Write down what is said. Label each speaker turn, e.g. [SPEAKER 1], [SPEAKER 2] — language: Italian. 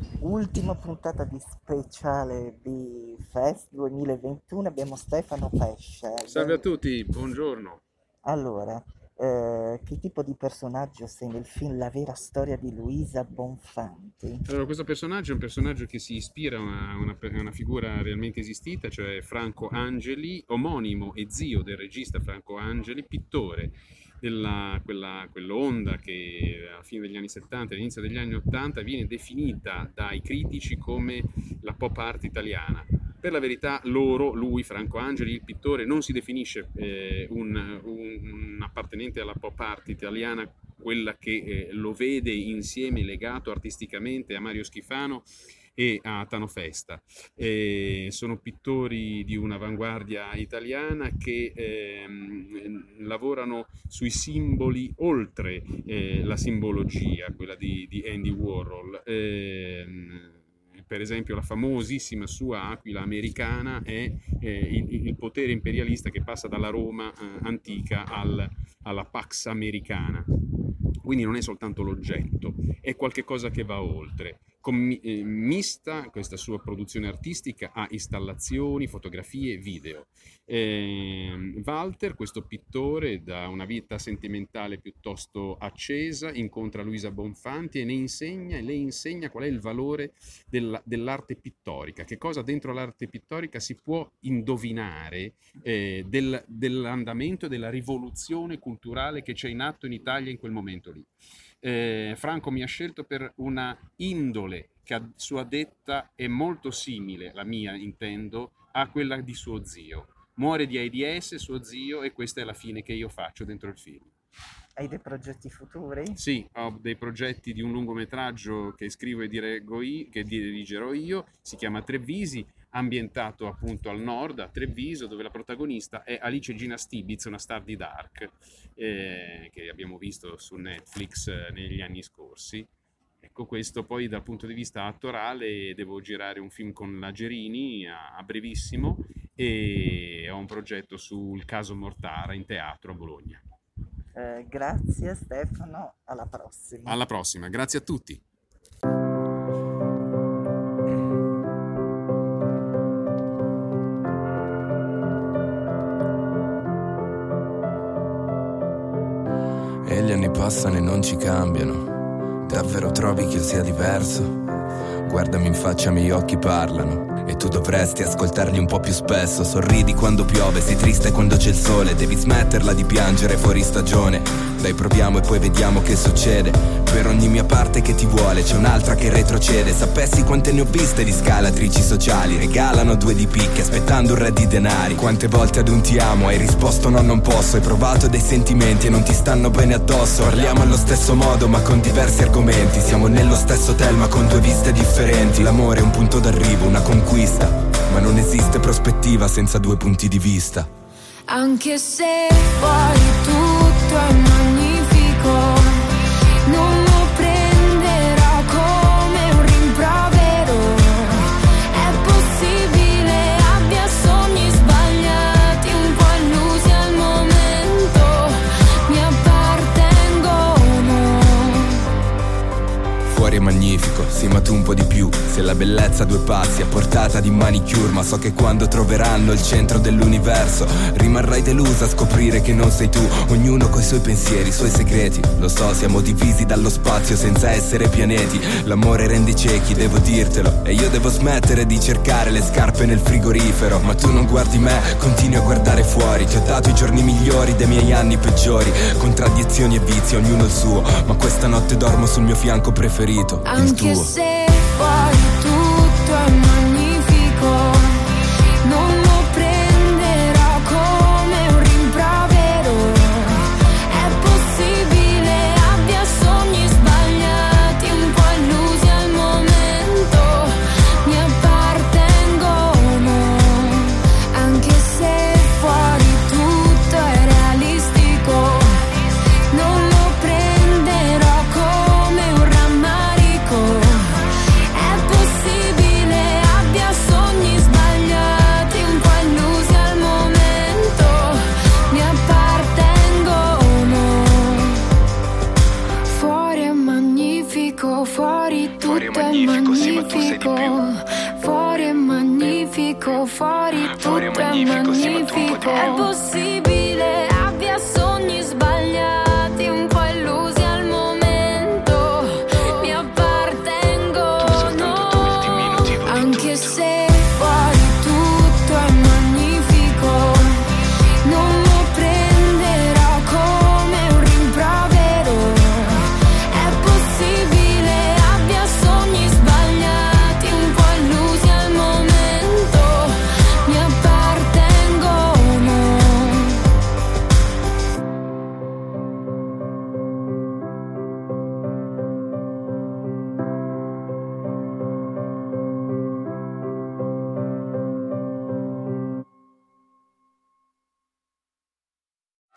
[SPEAKER 1] Ultima puntata di speciale di Fest 2021, abbiamo Stefano Pesce.
[SPEAKER 2] Salve a tutti, buongiorno.
[SPEAKER 1] Allora, che tipo di personaggio sei nel film La vera storia di Luisa Bonfanti?
[SPEAKER 2] Allora, questo personaggio è un personaggio che si ispira a una figura realmente esistita, cioè Franco Angeli, omonimo e zio del regista Franco Angeli, pittore quell'onda che alla fine degli anni 70 all'inizio degli anni 80 viene definita dai critici come la pop art italiana. Per la verità lui, Franco Angeli, il pittore, non si definisce un appartenente alla pop art italiana, quella che lo vede insieme, legato artisticamente a Mario Schifano e a Tano Festa. Sono pittori di un'avanguardia italiana che lavorano sui simboli oltre la simbologia, quella di Andy Warhol. Per esempio la famosissima sua aquila americana è il potere imperialista che passa dalla Roma antica alla Pax Americana. Quindi non è soltanto l'oggetto, è qualche cosa che va oltre. Mista questa sua produzione artistica a installazioni, fotografie, video. Walter, questo pittore da una vita sentimentale piuttosto accesa, incontra Luisa Bonfanti e le insegna qual è il valore dell'arte pittorica, che cosa dentro l'arte pittorica si può indovinare dell'andamento e della rivoluzione culturale che c'è in atto in Italia in quel momento lì. Franco mi ha scelto per una indole che a sua detta è molto simile, la mia intendo, a quella di suo zio. Muore di AIDS suo zio e questa è la fine che io faccio dentro il film.
[SPEAKER 1] Hai dei progetti futuri?
[SPEAKER 2] Sì, ho dei progetti di un lungometraggio che scrivo e che dirigerò io, si chiama Trevisi, ambientato appunto al nord, a Treviso, dove la protagonista è Alice Gina Stibitz, una star di Dark, che abbiamo visto su Netflix negli anni scorsi. Ecco, questo poi dal punto di vista attorale devo girare un film con la Gerini a brevissimo e ho un progetto sul caso Mortara in teatro a Bologna.
[SPEAKER 1] Grazie Stefano, alla prossima.
[SPEAKER 2] Alla prossima, grazie a tutti.
[SPEAKER 3] E gli anni passano e non ci cambiano. Davvero trovi che io sia diverso? Guardami in faccia, i miei occhi parlano. E tu dovresti ascoltarli un po' più spesso. Sorridi quando piove, sei triste quando c'è il sole. Devi smetterla di piangere fuori stagione. Dai, proviamo e poi vediamo che succede. Per ogni mia parte che ti vuole c'è un'altra che retrocede. Sapessi quante ne ho viste di scalatrici sociali. Regalano 2 di picche aspettando un re di denari. Quante volte ad un ti amo hai risposto no, non posso. Hai provato dei sentimenti e non ti stanno bene addosso. Parliamo allo stesso modo ma con diversi argomenti. Siamo nello stesso hotel ma con 2 viste differenti. L'amore è un punto d'arrivo, una conquista, ma non esiste prospettiva senza 2 punti di vista.
[SPEAKER 4] Anche se poi tutto è magnifico, non lo prenderò come un rimprovero. È possibile abbia sogni sbagliati, un po' illusi al momento, mi appartengono.
[SPEAKER 3] Fuori è magnifico, sì ma tu un po' di più. Se la bellezza a 2 passi a portata di manicure. Ma so che quando troveranno il centro dell'universo rimarrai delusa a scoprire che non sei tu. Ognuno coi suoi pensieri, i suoi segreti. Lo so, siamo divisi dallo spazio senza essere pianeti. L'amore rende ciechi, devo dirtelo. E io devo smettere di cercare le scarpe nel frigorifero. Ma tu non guardi me, continui a guardare fuori. Ti ho dato i giorni migliori dei miei anni peggiori. Contraddizioni e vizi, ognuno il suo. Ma questa notte dormo sul mio fianco preferito, il tuo.
[SPEAKER 4] Anche se poi tutto è magnifico, non lo prenderò come un rimprovero. È possibile abbia sogni sbagliati, un po' illusi al momento, mi appartengono. Anche se fuori tutto è realistico, non lo prenderò come un rammarico. È possibile
[SPEAKER 3] fuori è magnifico, sì, ma tu sei di più.
[SPEAKER 4] Fuori è magnifico, fuori tutto
[SPEAKER 3] Fuori è magnifico, sì, ma tu un po' di più.
[SPEAKER 4] È possibile